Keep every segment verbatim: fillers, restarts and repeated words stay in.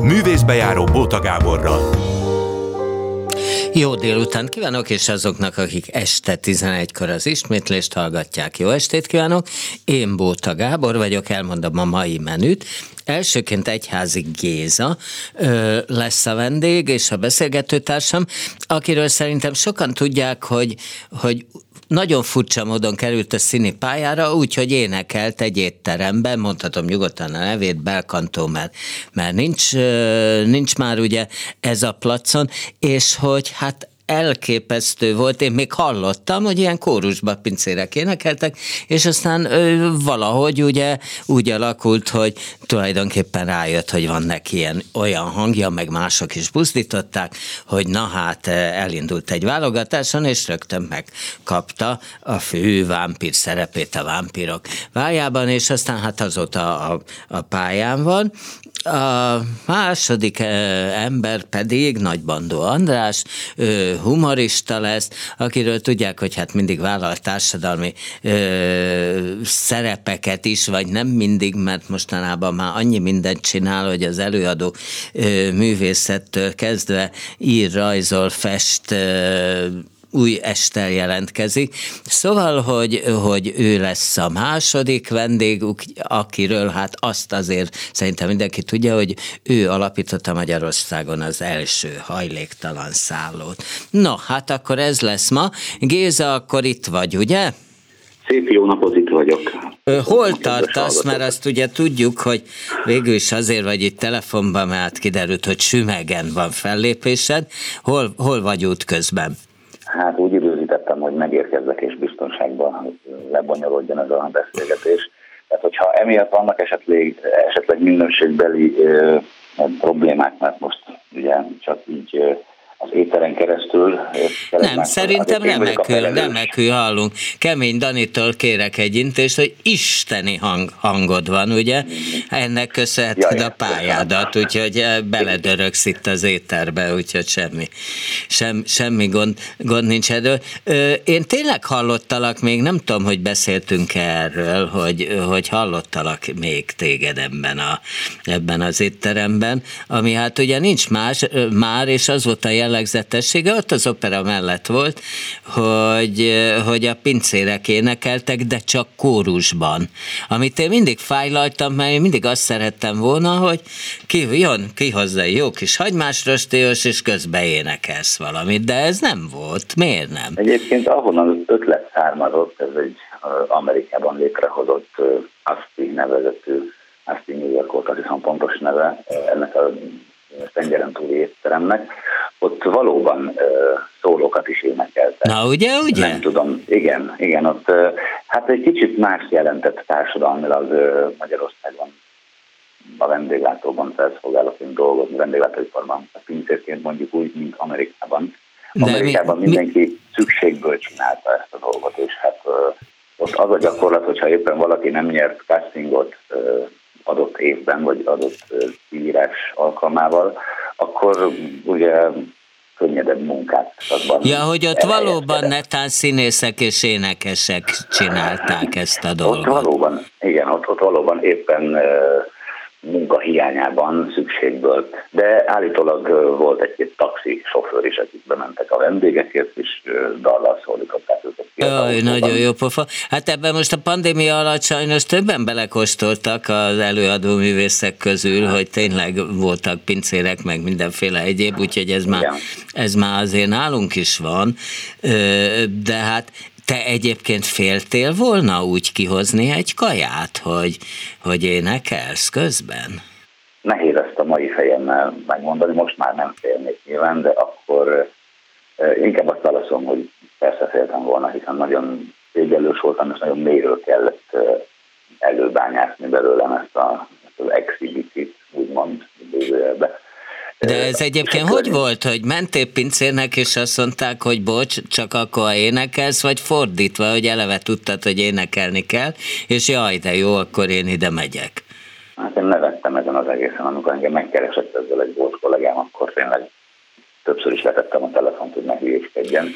Művészbejáró Bóta Gáborral. Jó délután kívánok, és azoknak, akik este tizenegykor az ismétlést hallgatják, jó estét kívánok. Én Bóta Gábor vagyok, elmondom a mai menüt. Elsőként Egyházi Géza ö, lesz a vendég, és a beszélgetőtársam, akiről szerintem sokan tudják, hogy, hogy nagyon furcsa módon került a színi pályára, úgyhogy énekelt egy étteremben, mondhatom nyugodtan a nevét, Belcantó, mert, mert nincs, nincs már ugye ez a placon, és hogy hát elképesztő volt, én még hallottam, hogy ilyen kórusba pincérek énekeltek, és aztán ö, valahogy ugye úgy alakult, hogy tulajdonképpen rájött, hogy van neki ilyen olyan hangja, meg mások is buzdították, hogy na hát elindult egy válogatáson, és rögtön megkapta a fő vámpír szerepét a vámpírok vájában, és aztán hát azóta a, a pályán van. A második ember pedig Nagybandó András, ő humorista lesz, akiről tudják, hogy hát mindig vállal társadalmi ö, szerepeket is, vagy nem mindig, mert mostanában már annyi mindent csinál, hogy az előadó ö, művészettől kezdve ír, rajzol, fest, ö, új estel jelentkezik. Szóval, hogy, hogy ő lesz a második vendég, akiről hát azt azért szerintem mindenki tudja, hogy ő alapította Magyarországon az első hajléktalan szállót. No, hát akkor ez lesz ma. Géza, akkor itt vagy, ugye? Szép jó napot, itt vagyok. Hol tartasz, mert azt ugye tudjuk, hogy végül is azért vagy itt telefonban, mert kiderült, hogy Sümegen van fellépésed. Hol, hol vagy útközben? Hát úgy időzítettem, hogy megérkezzek és biztonságban lebonyolódjon ez a beszélgetés. Tehát, hogyha emiatt vannak esetleg, esetleg minőségbeli ö, problémák, mert most ugye csak így ö, az éteren keresztül... Nem, szerintem remekül, remekül hallunk. Kemény Danitól kérek egy intést, hogy isteni hang, hangod van, ugye? Ennek köszönheted a pályádat, úgyhogy beledörögsz itt az éterbe, úgyhogy semmi, sem, semmi gond, gond nincs erről. Én tényleg hallottalak még, nem tudom, hogy beszéltünk erről, hogy, hogy hallottalak még téged ebben, a, ebben az étteremben, ami hát ugye nincs más már, és az volt a jellegzetessége, ott az opera mellett volt, hogy, hogy a pincérek énekeltek, de csak kórusban. Amit én mindig fájlaltam, mert én mindig azt szerettem volna, hogy ki jön, kihozza egy jó kis hagymás rostélyos, és közben énekelsz valamit, de ez nem volt. Miért nem? Egyébként ahonnan az ötlet származott, ez egy Amerikában létrehozott Asti nevezetű, Asti New York volt, azt hiszem pontos neve ennek a tengeren túli étteremnek, ott valóban uh, szólókat is énekeltek. Na ugye, ugye? Nem tudom, igen, igen, ott uh, hát egy kicsit más jelentett társadalmilag uh, Magyarországon a vendéglátóban felszolgálatunk dolgozni, vendéglátóiparban, a pincérként mondjuk úgy, mint Amerikában. De Amerikában mi, mindenki mi... szükségből csinálta ezt a dolgot, és hát uh, ott az a gyakorlat, hogyha éppen valaki nem nyert castingot uh, adott évben, vagy adott írás alkalmával, akkor ugye könnyedebb munkát abban. Ja, hogy ott valóban netán színészek és énekesek csinálták ezt a dolgot. Ott valóban, igen, ott, ott valóban éppen uh, munka hiányában, szükségből, de állítólag uh, volt egy-két taxi sofőr is, akik bementek a vendégekért, és uh, dallal szólították őket. Jaj, nagyon jó pofa. Hát ebben most a pandémia alatt sajnos többen belekóstoltak az előadó művészek közül, hogy tényleg voltak pincérek, meg mindenféle egyéb, úgyhogy ez már, ez már azért nálunk is van, de hát te egyébként féltél volna úgy kihozni egy kaját, hogy, hogy énekelsz közben? Nehéz ezt a mai fejemmel megmondani, most már nem félnék nyilván, de akkor inkább azt válaszolom, hogy persze féltem volna, hiszen nagyon szégyellős voltam, és nagyon mélyről kellett előbányászni belőlem ezt, a, ezt az exhibitit, úgymond, időjelbe. De ez egyébként hogy volt, hogy mentél pincérnek, és azt mondták, hogy bocs, csak akkor énekelsz, vagy fordítva, hogy eleve tudtad, hogy énekelni kell, és jaj, de jó, akkor én ide megyek. Hát én nevettem ezen az egészen, amikor engem megkeresett ezzel egy volt kollégám, akkor tényleg többször is letettem a telefont, hogy ne hülyéskedjen.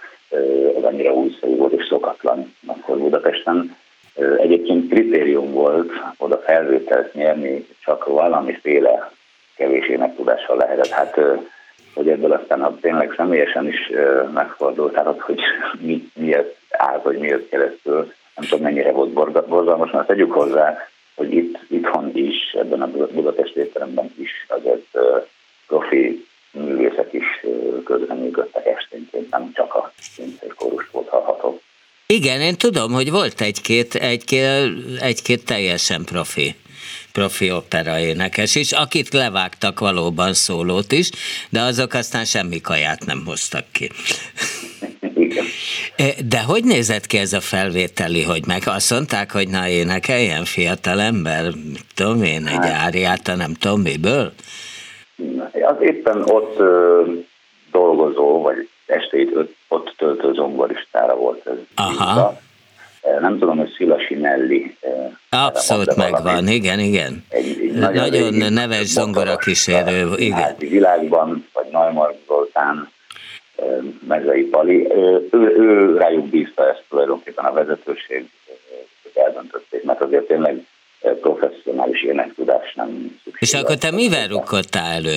Ez annyira újszerű volt és szokatlan akkor Budapesten. Egyébként kritérium volt oda felvételt nyerni, csak valamiféle kevés énektudással lehetett. Hát, hogy ebből aztán ha tényleg személyesen is megfordult, tehát hogy mi, miért állt, hogy miért keresztül, nem tudom mennyire volt borzalmas, mert tegyük hozzá, hogy itt, itthon is, ebben a Budapest étteremben is azért profi művészek is közreműködtek esténként, nem csak a pincérkórus volt hallható. Igen, én tudom, hogy volt egy-két, egy-két, egy-két teljesen profi, profi operaénekes is, akit levágtak valóban szólót is, de azok aztán semmi kaját nem hoztak ki. Igen. De hogy nézett ki ez a felvételi, hogy meg azt mondták, hogy na énekeljen fiatal ember, tudom én, egy áriát, nem tudom miből? Az éppen ott ö, dolgozó, vagy estét ott töltő zongoristára volt ez. Aha. Nem tudom, hogy Szilasi Nelli. Abszolút megvan, igen, igen. Egy, egy nagyon, nagyon neves zongorakísérő, igen. Világban, vagy Neumann Zoltán, Mezei Pali, ő, ő, ő rájuk bízta ezt tulajdonképpen a vezetőség, hogy eldöntötték, mert azért tényleg professzionális énektudás nem szükséges. És akkor te mivel rukkottál elő?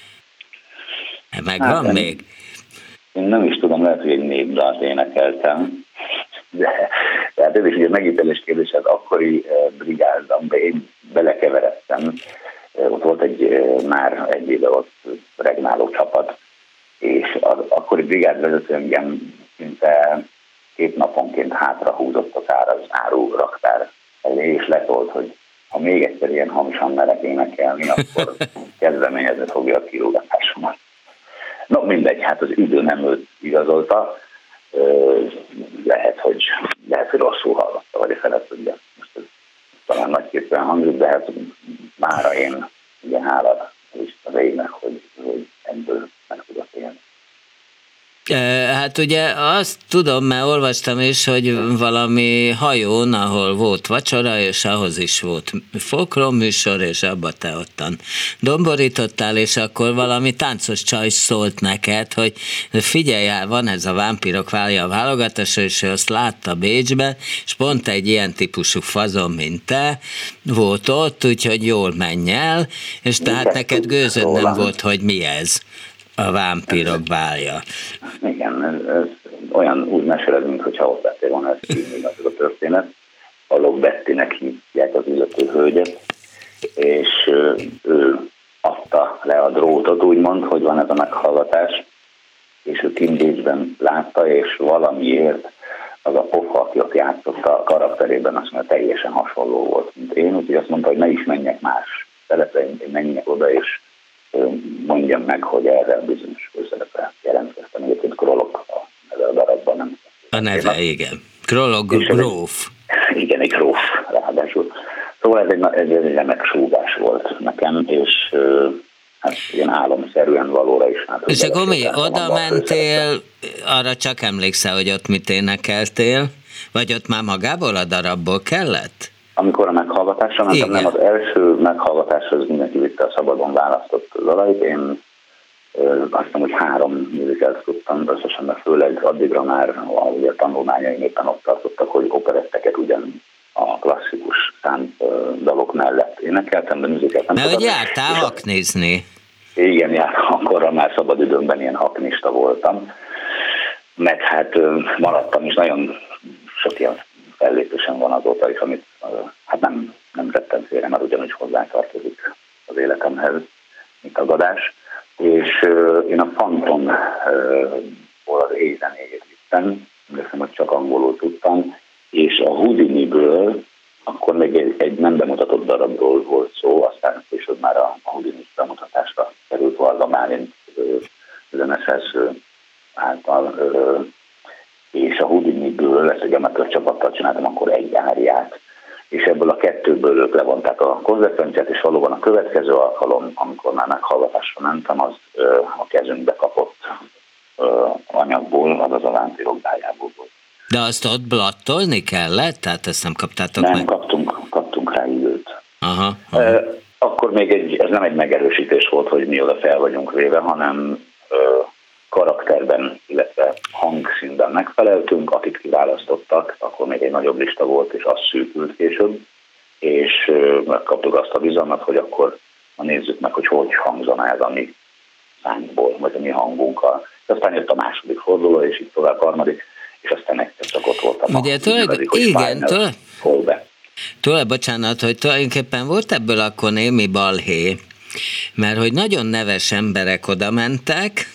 Megvan hát, még? Én nem is tudom, lehet, hogy egy népdalt énekeltem, de tehát ez is ugye megítélés kérdés, az akkori brigádban én belekeveredtem. Ott volt egy már egy éve ott regnáló csapat, és az akkori brigádvezető engem szinte két naponként hátrahúzott az áraz áru raktár elé, és letolt, hogy ha még egyszer ilyen hamisan merek énekelni, akkor kezdeményezni fogja a kirúgatásomat. No mindegy, hát az idő nem őt igazolta, lehet, hogy, lehet, hogy rosszul hallotta, vagy felett, hogy most ez talán nagyképpen hangzik, de hát mára én ugye hála az égnek, hogy, hogy ebből meg tudok élni. Hát ugye azt tudom, mert olvastam is, hogy valami hajón, ahol volt vacsora, és ahhoz is volt folklórműsor, és abba te ottan domborítottál, és akkor valami táncos csaj szólt neked, hogy figyelj el, van ez a Vámpírok válja válogatás, és ő azt látta Bécsbe, és pont egy ilyen típusú fazon, mint te, volt ott, úgyhogy jól menj el, és tehát neked gőzöd nem volt, hogy mi ez. A Vámpírok válja. Igen, ez, ez olyan úgy meséled, mintha ott lettél volna, ez így az a történet. A Log Bettinek hívják az illető hölgyet, és ő adta le a drótot, úgymond, hogy van ez a meghallgatás, és ő Kim Bécsben látta, és valamiért az a pofa, aki ott játszott a karakterében, azt mondja, teljesen hasonló volt, mint én, úgyhogy azt mondta, hogy ne is menjek más szerepre, én menjek oda, és mondjam meg, hogy erre bizonyos főszerepre jelentkeztem. Egyébként Krolok a neve a darabban, nem? A neve, igen. Krolok gróf. Igen, egy gróf ráadásul. Szóval ez egy, egy, egy remek súgás volt nekem, és hát ilyen álomszerűen valóra is. Hát, és akkor mi, oda mentél, arra csak emlékszel, hogy ott mit énekeltél? Vagy ott már magából a darabból kellett? Amikor a meghallgatásra mentem, nem az első meghallgatáshoz mindenki vitte a szabadon választott dalait. Én azt hiszem, hogy három műzikelt tudtam összesen, de főleg addigra már a tanulmányaim éppen ott tartottak, hogy operetteket ugyan a klasszikus szándalok mellett énekeltem, de műzikelt nem tudtam. De hogy jártál haknizni? Igen, jártam, akkorra már szabadidőmben ilyen haknista voltam. Meg hát maradtam is, nagyon sok ilyen fellépésen van azóta is, amit hát nem, nem rettem félre, mert ugyanúgy hozzátartozik az életemhez, mint a gadás. És uh, én a Phantomból uh, az éjzenéjét vittem, emlékszem, hogy csak angolul tudtam, és a Houdiniből akkor még egy, egy nem bemutatott darabról volt szó, aztán később már a, a Houdini bemutatásra került Varga Bálint zeneszerző által, uh, és a Houdiniből, ezt egy amatőr csapattal csináltam, akkor egy áriát, és ebből a kettőből ők levonták a konzekvenciát, és valóban a következő alkalom, amikor már meghallgatásra mentem, az ö, a kezünkbe kapott ö, anyagból, azaz a Vámpírok váljából volt. De azt ott blattolni kellett? Tehát ezt nem kaptátok nem, meg? Nem, kaptunk, kaptunk rá időt. Aha, aha. E, akkor még egy, ez nem egy megerősítés volt, hogy mi oda fel vagyunk véve, hanem ö, karakterben, illetve hangszínben megfeleltünk, akik kiválasztottak, akkor még egy nagyobb lista volt, és az szűkült később, és megkaptuk azt a bizalmat, hogy akkor na nézzük meg, hogy hogy hangzana ez a mi szánkból, vagy a mi hangunkkal. Aztán jött a második forduló, és így tovább a harmadik, és aztán egyszer csak ott voltam. Ugye tulajdonképpen, igen, tulajdonképpen, tőle, bocsánat, hogy tulajdonképpen volt ebből akkor némi balhé, mert hogy nagyon neves emberek oda mentek,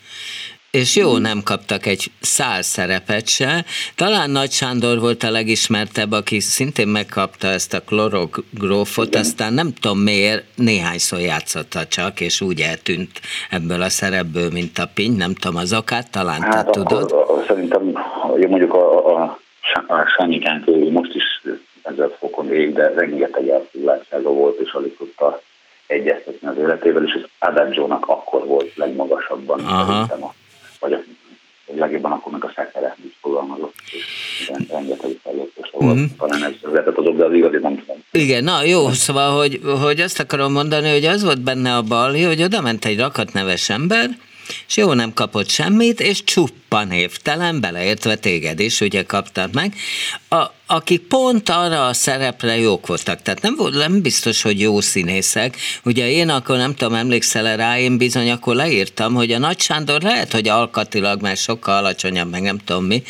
és jó, nem kaptak egy szál szerepet se. Talán Nagy Sándor volt a legismertebb, aki szintén megkapta ezt a klorogrófot, aztán nem tudom miért, néhányszor játszotta csak, és úgy eltűnt ebből a szerepből, mint a piny, nem tudom az okát, talán hát te tudod. Akkor, szerintem, mondjuk a, a, a Sanyikánk most is ezer fokon ég, de rengeteg elfoglaltsága volt, és alig tudta egyeztetni az életével, és az Adagio-nak akkor volt legmagasabban. Szerintem a vagy a legjobban akkor meg a szekere is fogalmazott, és rengeteg fejlesztés volt, mm. talán ez lehetett azok, de az igazi nem tudom. Igen, na jó, szóval, hogy, hogy azt akarom mondani, hogy az volt benne a balhé, hogy oda ment egy rakat neves ember, és jó, nem kapott semmit, és csuppa névtelen, beleértve téged is, ugye kaptad meg, a, akik pont arra a szerepre jók voltak. Tehát nem, volt, nem biztos, hogy jó színészek. Ugye én akkor nem tudom, emlékszel rá, én bizony akkor leírtam, hogy a Nagy Sándor lehet, hogy alkatilag, mert sokkal alacsonyabb, meg nem tudom mi,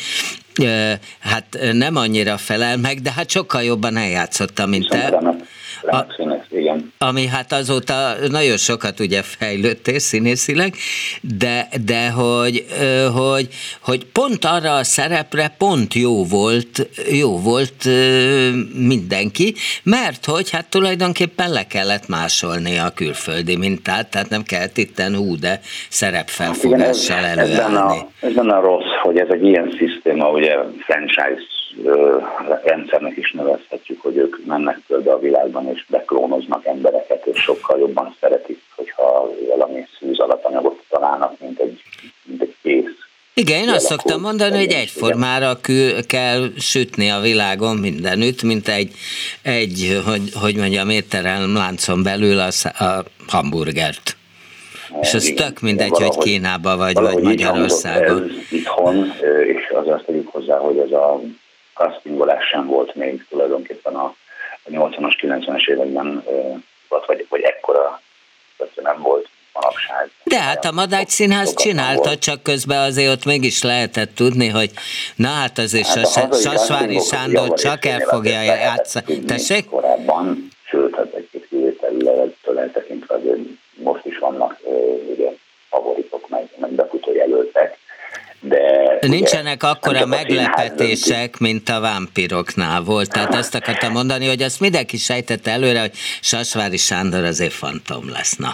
hát nem annyira felel meg, de hát sokkal jobban eljátszotta, mint te. A, ami hát azóta nagyon sokat ugye fejlődtél színészileg, de, de hogy, hogy, hogy pont arra a szerepre pont jó volt, jó volt mindenki, mert hogy hát tulajdonképpen le kellett másolni a külföldi mintát, tehát nem kellett itten hú, de szerepfelfogással előállni. Ez benne a rossz, hogy ez egy ilyen szisztéma, ugye franchise rendszernek is nevezhetjük, hogy ők mennek körbe a világban és beklónoznak embereket, és sokkal jobban szeretik, hogyha valami szűz alapanyagot találnak, mint egy, mint egy kész. Igen, én azt szoktam mondani, hogy egyformára kül, kell sütni a világon mindenütt, mint egy, egy hogy, hogy mondjam, étterem láncon belül a, a hamburgert. És az igen, tök mindegy, igen, hogy Kínában vagy, vagy Magyarországon. Itthon, és az azt tegyük hozzá, hogy ez a castingolás sem volt még tulajdonképpen a nyolcvanas, kilencvenes években, vagy, vagy ekkora, nem volt manapság. De hát a Madács Színház csinálta, csak közben azért ott mégis lehetett tudni, hogy na hát azért hát Sasvári Sándor csak el fogja játszani. Tessék? Korábban, sőt, hát egy-két kivétellel eltekintve azért most is vannak ugye, favoritok, meg, meg befutó jelöltek. De nincsenek akkora meglepetések, mint a vámpiroknál volt. Tehát azt akartam mondani, hogy azt mindenki sejtette előre, hogy Sasvári Sándor azért fantom lesz. Na.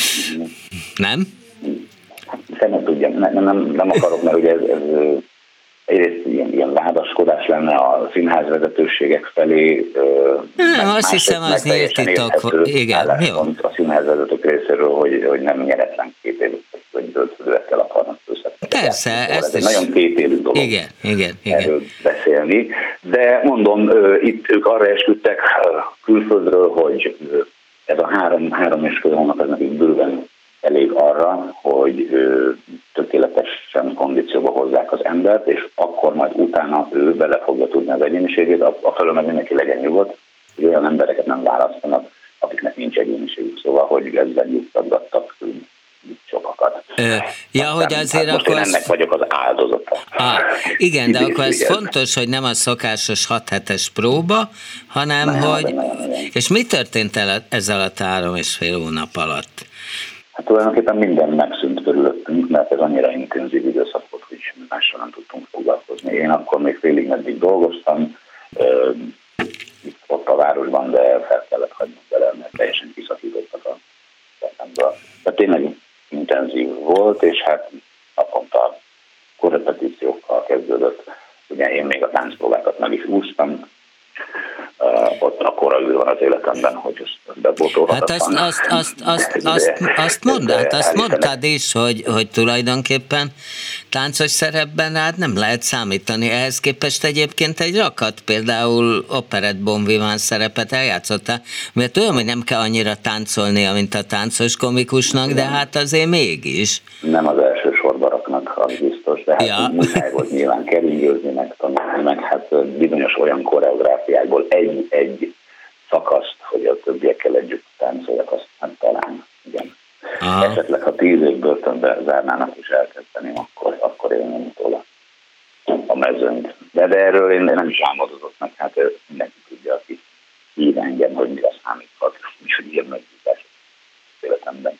Nem? Szerintem tudjam, nem, nem, nem akarok, mert ugye ez, ez egyrészt ilyen, ilyen vádaskodás lenne a színház vezetőségek felé. Nem, azt hiszem, az nyílt titok. Igen, jó. A színház vezetők részéről, hogy, hogy nem nyeretlen két évig, vagy döntődőekkel akarnak összetni. Persze, ez egy nagyon kétélű dolog. Igen, igen, igen. Erről beszélni. De mondom, itt ők arra esküdtek külföldről, hogy ez a három, három és fél hónap ez nekik bőven elég arra, hogy tökéletesen kondícióba hozzák az embert, és akkor majd utána ő bele fogja tudni az egyéniségét, a, a felől meg mindenki legyen nyugodt, hogy olyan embereket nem választanak, akiknek nincs egyéniségük, szóval, hogy ezzel nyugtatgattak sokakat. Ö, ja, aztán, hogy azért hát most akkor... én ennek vagyok az áldozata. Ah, igen, de akkor ez fontos, hogy nem a szokásos hat hetes próba, hanem nem, hogy... Nem, nem, nem. És mi történt el ezzel a három és fél hónap alatt? Hát tulajdonképpen minden megszűnt körülöttünk, mert ez annyira intenzív időszak volt, hogy semmi mással nem tudtunk foglalkozni. Én akkor még félig meddig dolgoztam, itt ott a városban, de fel kellett hagynom bele, mert teljesen kiszakítottak a szememből. Tehát tényleg intenzív volt, és hát naponta korrepetíciókkal kezdődött. Ugye én még a táncpróbákat meg is úsztam, Uh, ott akkora ül van az életemben, hogy ezt bebotolhatatlan. Hát azt, azt, azt, azt, azt, azt, mond, hát azt mondtad is, hogy, hogy tulajdonképpen táncos szerepben rád nem lehet számítani. Ehhez képest egyébként egy rakat, például operett bon vivant szerepet eljátszottál, mert olyan, hogy nem kell annyira táncolnia, mint a táncos komikusnak, de hát azért mégis. Nem az első sorba raknak, az biztos, de hát ja. Muszáj volt nyilván keringőzni, meg tanulni, meg hát bizonyos olyan koreográfiákból egy, egy szakaszt, hogy a többiekkel együtt táncoljak, azt hát talán, igen. Aha. Esetleg, ha tíz év börtönbe zárnának és elkezdeném, akkor, akkor élném utóla a mezőnyt. De, de erről én nem is álmodozott meg, hát mindenki tudja, aki hív engem, hogy mire számíthat, úgyhogy ilyen megbízás életemben.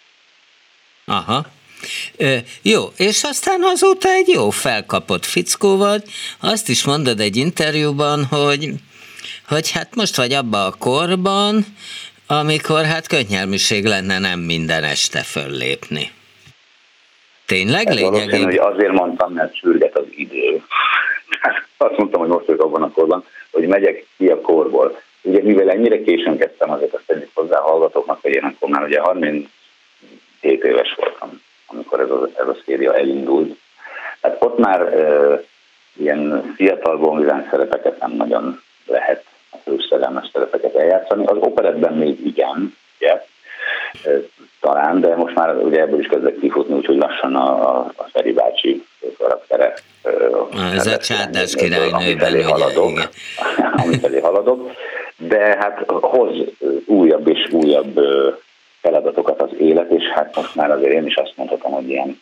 Aha. Ö, jó, és aztán azóta egy jó felkapott fickó vagy. Azt is mondod egy interjúban, hogy, hogy hát most vagy abba a korban, amikor hát könnyelműség lenne nem minden este föllépni. Tényleg lényegében? Hogy azért mondtam, mert sürget az idő. Azt mondtam, hogy most vagyok abban a korban, hogy megyek ki a korból. Ugye mivel ennyire későn kezdtem, azért azt egyik hozzá hallgatóknak, hogy én akkor már ugye harminchét éves voltam, amikor ez a, ez a széria elindult. Tehát ott már e, ilyen fiatal bonvizán szerepeket nem nagyon lehet, a főszerelmes szerepeket eljátszani. Az operettben még igen, ugye, e, talán, de most már ugye ebből is kezdek kifutni, úgyhogy lassan a, a Feri bácsi karaktere. E, ez a Csárdás királynőben, ugye, haladok, amit elé haladok. De hát hoz újabb és újabb feladatokat az élet, és hát most már azért én is azt mondhatom, hogy ilyen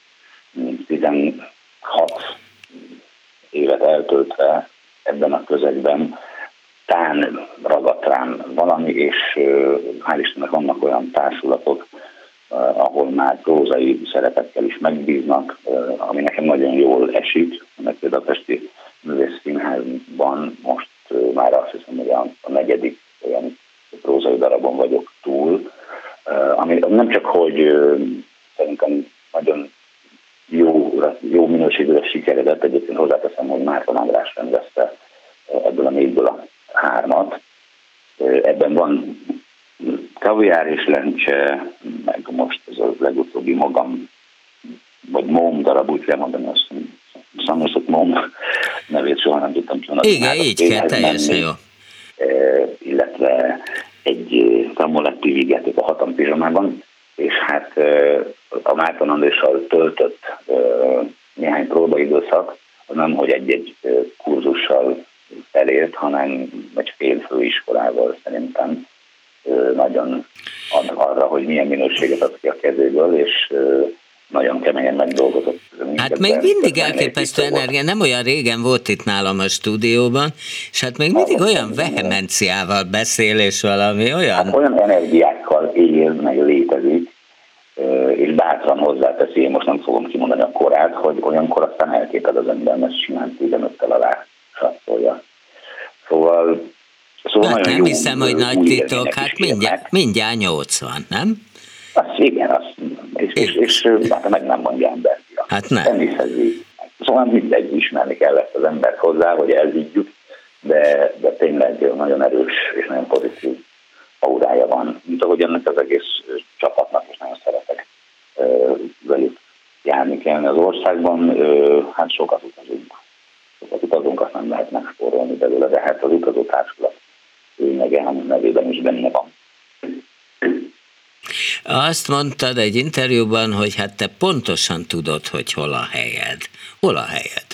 tizenhat évet eltöltve ebben a közegben tán ragadt rám valami, és hál' Istennek vannak olyan társulatok, ahol már prózai szerepekkel is megbíznak, ami nekem nagyon jól esik, mert például a Pesti Művészszínházban most már azt hiszem, hogy a negyedik olyan prózai darabon vagyok túl, ami nem csak, hogy szerintem nagyon jó, jó minőségűre sikeredett, egyébként hozzáteszem, hogy Márton András rendezte ebből a négyből a hármat. Ebben van kaviár és lencse, meg most ez a legutóbbi magam, vagy móm darab, úgy kell mondani, azt szamoszott móm nevét soha nem tudtam csinálni. Igen, így kell, teljesen jó. Illetve egy Kamoletti vigyáték a Hatam pizsamában, és hát a Márton Andrással töltött néhány próbaidőszak, az nem, hogy egy-egy kurzussal elért, hanem egy fél főiskolával szerintem nagyon ad arra, hogy milyen minőséget ad ki a kezéből, és nagyon keményen megdolgozott. Hát még mindig elképesztő energia, nem olyan régen volt itt nálam a stúdióban, és hát még mindig olyan vehemenciával beszél, és valami olyan... Hát olyan energiákkal él, meg létezik, és bátran hozzáteszi, én most nem fogom kimondani a korát, hogy olyankor aztán elképed az ember, mert simán tizenöttel alá satszolja. Szóval, szóval hát nagyon nem jó, hiszem, hogy nagy titok, hát mindjárt, mindjárt nyolcvan, nem? Azt igen, azt, és, és, és, és hát meg nem mondja ember. Hát nem. Teniszezi. Szóval mindegy, ismerni kellett az embert hozzá, hogy elhiggyük, de, de tényleg nagyon erős és nagyon pozitív aurája van, mint ahogy ennek az egész csapatnak, és nagyon szeretek velük járni kellene az országban. Hát sokat utazunk. Sokat utazunk, azt nem lehet megspórolni belőle, de hát az utazó társulat lényege, ami nevében is benne van. Azt mondtad egy interjúban, hogy hát te pontosan tudod, hogy hol a helyed. Hol a helyed?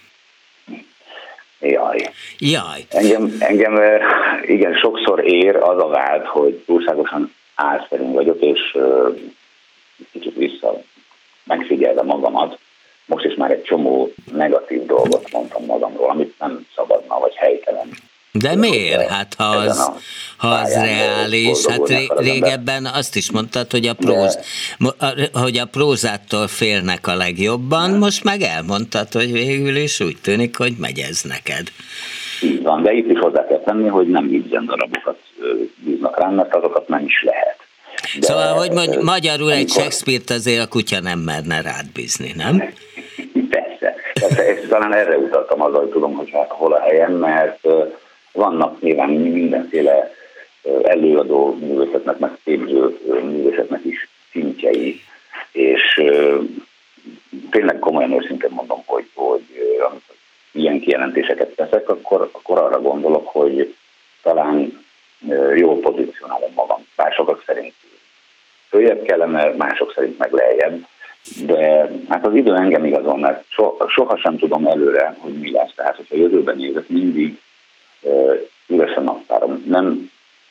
Jaj. Jaj. Engem, engem igen, sokszor ér az a vád, hogy túlságosan álszerű vagyok, és kicsit vissza megfigyelve magamat. Most is már egy csomó negatív dolgot mondtam magamról, amit nem szabadna, vagy helytelen. De miért? Hát ha az, ha az reális, hát ré, régebben azt is mondtad, hogy a, próz, hogy a prózától félnek a legjobban, most meg elmondtad, hogy végül is úgy tűnik, hogy megy ez neked. Így van, de itt is hozzá kell tenni, hogy nem viccen darabokat bíznak rám, mert azokat nem is lehet. De szóval, hogy mondj, magyarul amikor... egy Shakespeare-t azért a kutya nem merne rád bízni, nem? Persze, persze, és talán erre utaltam azzal, hogy tudom, hogy hol a helyem, mert vannak nyilván mindenféle előadó művészetnek, meg képző művészetnek is szintjei, és tényleg komolyan őszintén mondom, hogy, hogy amikor ilyen kijelentéseket teszek, akkor, akkor arra gondolok, hogy talán jól pozícionálom magam. Bár sokak szerint följebb kellene, mások szerint meg lejjebb, de hát az idő engem igazol, mert so, soha sem tudom előre, hogy mi lesz. Tehát, hogyha jövőben nézek, mindig uh, üresen naptárom. Nem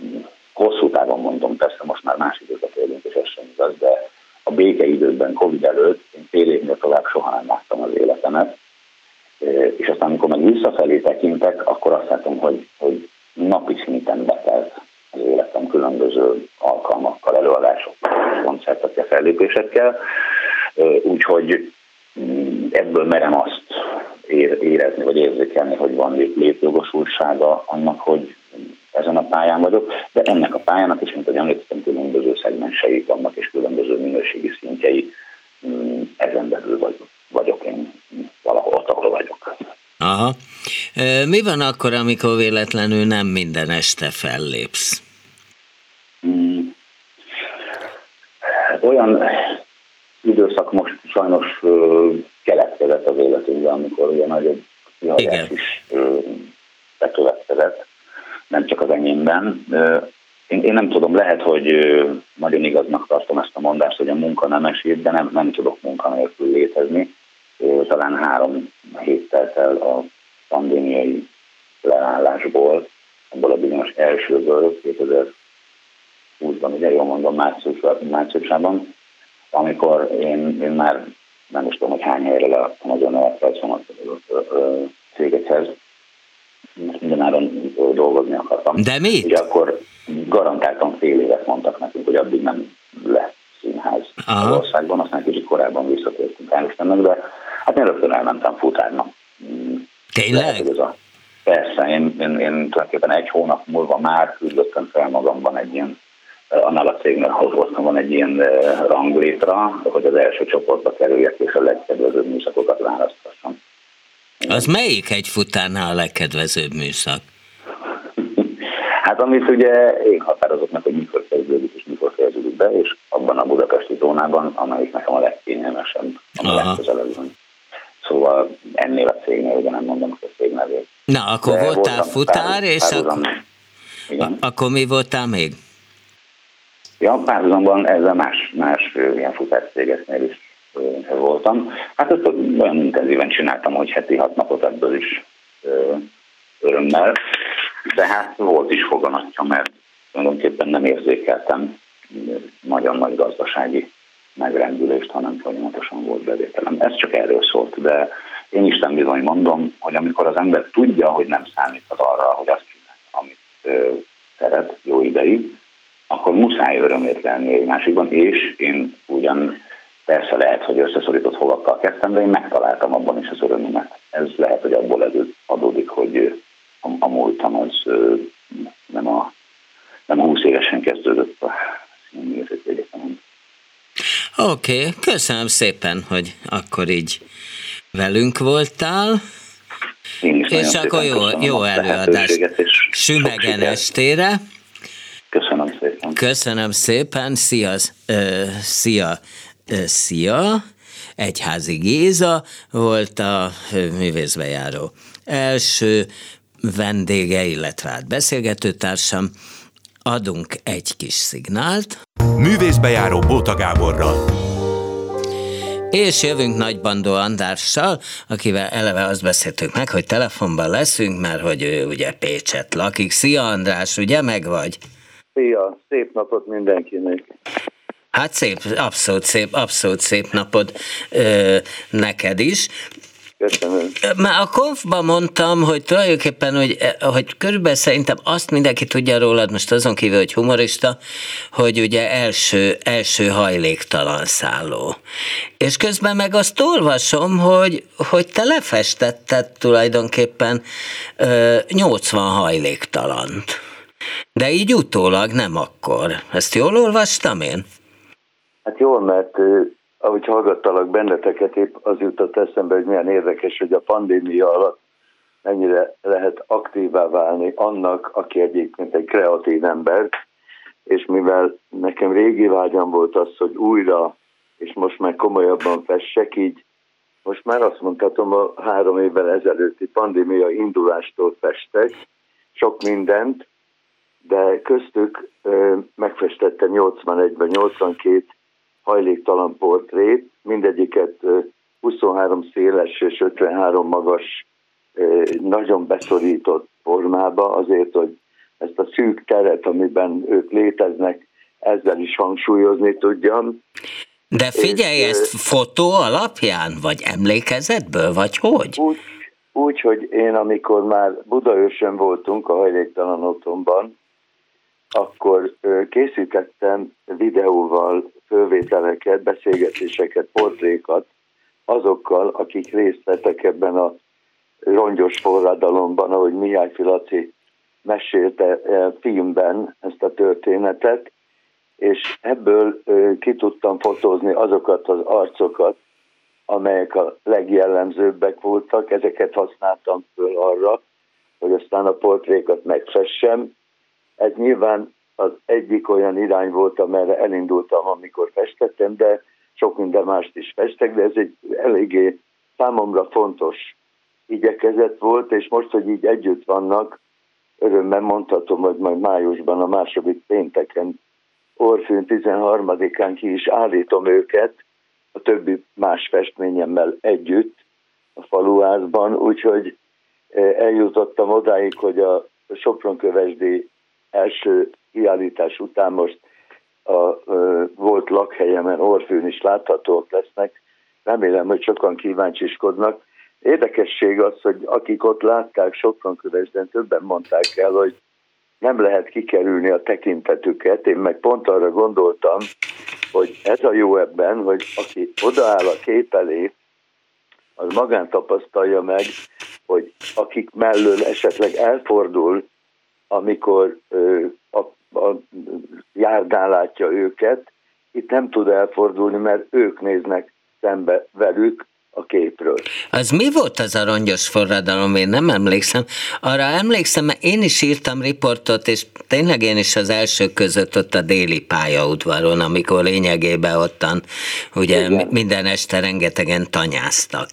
hosszú távon mondom, persze most már más időket élünk, és ez sem igaz, de a békeidőkben, Covid előtt én fél évnél tovább soha nem láttam az életemet, és aztán amikor meg visszafelé tekintek, akkor azt látom, hogy, hogy napi szinten betelt az életem különböző alkalmakkal, előadásokkal, koncertekkel, fellépésekkel, úgyhogy ebből merem azt érezni, vagy érzékelni, hogy van létjogosultsága annak, hogy ezen a pályán vagyok, de ennek a pályának is, mint ahogy említettem, különböző szegmensei vannak, és különböző minőségi szintjei, ezen belül vagyok, vagyok én valahol ott, ahol vagyok. Aha. Mi van akkor, amikor véletlenül nem minden este fellépsz? Hmm. Olyan időszak most sajnos uh, keletkezett az életünkben, amikor ugye nagyobb kihagyás is uh, bekövetkezett, nem csak az enyémben. Uh, én, én nem tudom, lehet, hogy uh, nagyon igaznak tartom ezt a mondást, hogy a munka nem esít, de nem, nem tudok munka nélkül létezni. Uh, talán három hét telt el a pandémiai leállásból, abból a bizonyos elsőből, kétezer-húszban, ugye jól mondom, márciusában, amikor én, én már nem is tudom, hogy hány helyre leadtam az önéletrajzomat cégekhez, most mindenáron dolgozni akartam. De mit? Ugye akkor garantáltan fél évet mondtak nekünk, hogy addig nem lesz színház Aha. az országban, aztán kicsit korábban visszatértünk Áristennek, de hát én rögtön elmentem futárnak. Tényleg? Lehet, ez a, persze, én, én, én tulajdonképpen egy hónap múlva már küldöttem fel magamban egy ilyen, annál a cégnél, ahol voltam, van egy ilyen ranglétra, hogy az első csoportba kerüljek, és a legkedvezőbb műszakokat választassam. Az melyik egy futárnál a legkedvezőbb műszak? Hát amit ugye én határozok meg, hogy mikor kezdődik és mikor fejeződik be, és abban a budapesti zónában, amelyik nekem a legkényelmesebb, a legközelebb van. Szóval ennél a cégnél, ugye nem mondom a cég nevét. Na, akkor de voltál futár, pár, és akkor, akkor mi voltál még? Ja, párhuzamban ezzel más, más ilyen futárcégeknél is voltam. Hát ezt olyan intenzíven csináltam, hogy heti hat napot ebből is örömmel, de hát volt is foganatja, mert tulajdonképpen nem érzékeltem nagyon nagy gazdasági megrendülést, hanem folyamatosan volt bevételem. Ez csak erről szólt, de én Isten bizony mondom, hogy amikor az ember tudja, hogy nem számíthat arra, hogy azt csinálja, amit ö, szeret jó ideig, akkor muszáj örömét lenni egy másikban, és én ugyan persze lehet, hogy összeszorított fogakkal kezdtem, de én megtaláltam abban is az örömömet. Ez lehet, hogy abból adódik, hogy a, a múltam az ö, nem a nem a húsz évesen kezdődött a színművészeti egyetemen. Oké, okay, köszönöm szépen, hogy akkor így velünk voltál. És akkor jó, jó előadás. Sümegen estére. Köszönöm szépen. Köszönöm szépen. Szia, uh, szia, uh, szia. Egyházi Géza volt a művészbejáró első vendége, illetve hát beszélgetőtársam. Adunk egy kis szignált. Művészbejáró Bóta Gáborral. És jövünk Nagy Bandó Andrással, akivel eleve azt beszéltük meg, hogy telefonban leszünk, mert hogy ő ugye Pécset lakik. Szia András, ugye meg vagy? Szia, szép napot mindenkinek. Hát szép, abszolút szép, abszolút szép napod ö, neked is. Köszönöm. Már a konfban mondtam, hogy tulajdonképpen, hogy, hogy körülbelül szerintem azt mindenki tudja rólad, most azon kívül, hogy humorista, hogy ugye első, első hajléktalan szálló. És közben meg azt olvasom, hogy, hogy te lefestetted tulajdonképpen ö, nyolcvan hajléktalant. De így utólag, nem akkor. Ezt jól olvastam én? Hát jól, mert ahogy hallgattalak benneteket, épp az jutott eszembe, hogy milyen érdekes, hogy a pandémia alatt mennyire lehet aktívá válni annak, aki egyébként egy kreatív ember, és mivel nekem régi vágyam volt az, hogy újra, és most már komolyabban fessek, így most már azt mondhatom, a három évvel ezelőtti pandémia indulástól festek, sok mindent, de köztük ö, megfestettem nyolcvanegyben nyolcvankét hajléktalan portrét, mindegyiket huszonhárom széles és ötvenhárom magas, nagyon beszorított formába, azért, hogy ezt a szűk teret, amiben ők léteznek, ezzel is hangsúlyozni tudjam. De figyelj, és, ezt fotó alapján, vagy emlékezetből, vagy hogy? Úgy, úgy, hogy én amikor már Budaörsön voltunk a hajléktalan otthonban, akkor készítettem videóval fölvételeket, beszélgetéseket, portrékat azokkal, akik részt vettek ebben a rongyos forradalomban, ahogy Mihály Laci mesélte filmben ezt a történetet, és ebből ki tudtam fotózni azokat az arcokat, amelyek a legjellemzőbbek voltak, ezeket használtam föl arra, hogy aztán a portrékat megfessem. Ez nyilván az egyik olyan irány volt, amerre elindultam, amikor festettem, de sok minden mást is festek, de ez egy eléggé számomra fontos igyekezet volt, és most, hogy így együtt vannak, örömmel mondhatom, hogy majd májusban, a második pénteken, Orfűn tizenharmadikán ki is állítom őket, a többi más festményemmel együtt a faluházban, úgyhogy eljutottam odáig, hogy a Sopron-Kövesdi első kiállítás után most a, a volt lakhelyemen Orfűn is láthatóak lesznek. Remélem, hogy sokan kíváncsiskodnak. Érdekesség az, hogy akik ott látták Sopron-Kövesden, többen mondták el, hogy nem lehet kikerülni a tekintetüket. Én meg pont arra gondoltam, hogy ez a jó ebben, hogy aki odaáll a kép elé, az magán tapasztalja meg, hogy akik mellől esetleg elfordul, amikor ö, a, a járdán látja őket, itt nem tud elfordulni, mert ők néznek szembe velük a képről. Az mi volt az a rongyos forradalom? Én nem emlékszem. Arra emlékszem, mert én is írtam riportot, és tényleg én is az elsők között ott a déli pályaudvaron, amikor lényegében ottan ugye igen, minden este rengetegen tanyáztak.